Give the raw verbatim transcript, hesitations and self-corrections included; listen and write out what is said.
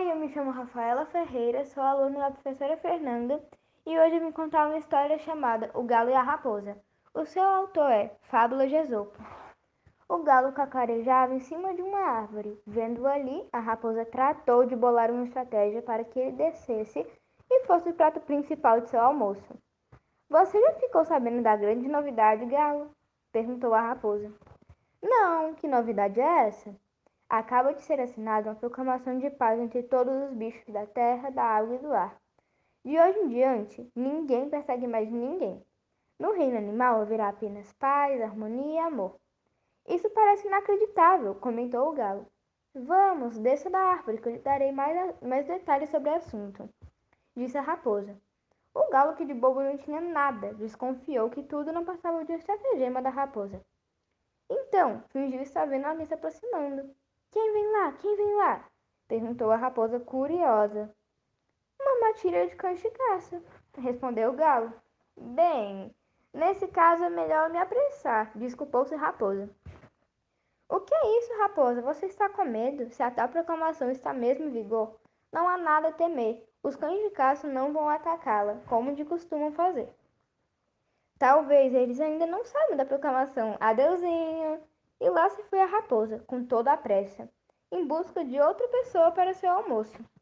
eu me chamo Rafaela Ferreira, sou aluna da professora Fernanda e hoje eu vim contar uma história chamada O Galo e a Raposa. O seu autor é Fábula de Esopo. O galo cacarejava em cima de uma árvore. Vendo-o ali, a raposa tratou de bolar uma estratégia para que ele descesse e fosse o prato principal de seu almoço. Você já ficou sabendo da grande novidade, Galo? Perguntou a raposa. Não, que novidade é essa? Acaba de ser assinada uma proclamação de paz entre todos os bichos da terra, da água e do ar. De hoje em diante, ninguém persegue mais ninguém. No reino animal haverá apenas paz, harmonia e amor. Isso parece inacreditável, comentou o galo. Vamos, desça da árvore que eu lhe darei mais, mais detalhes sobre o assunto, disse a raposa. O galo, que de bobo não tinha nada, desconfiou que tudo não passava de um estratagema da raposa. Então, fingiu estar vendo alguém se aproximando. Quem vem lá? Quem vem lá? Perguntou a raposa curiosa. Uma matilha de cães de caça, respondeu o galo. Bem, nesse caso é melhor me apressar, desculpou-se a raposa. O que é isso, raposa? Você está com medo? Se a tal proclamação está mesmo em vigor, não há nada a temer. Os cães de caça não vão atacá-la, como de costumam fazer. Talvez eles ainda não saibam da proclamação. Adeusinho! E lá se foi a raposa, com toda a pressa, em busca de outra pessoa para seu almoço.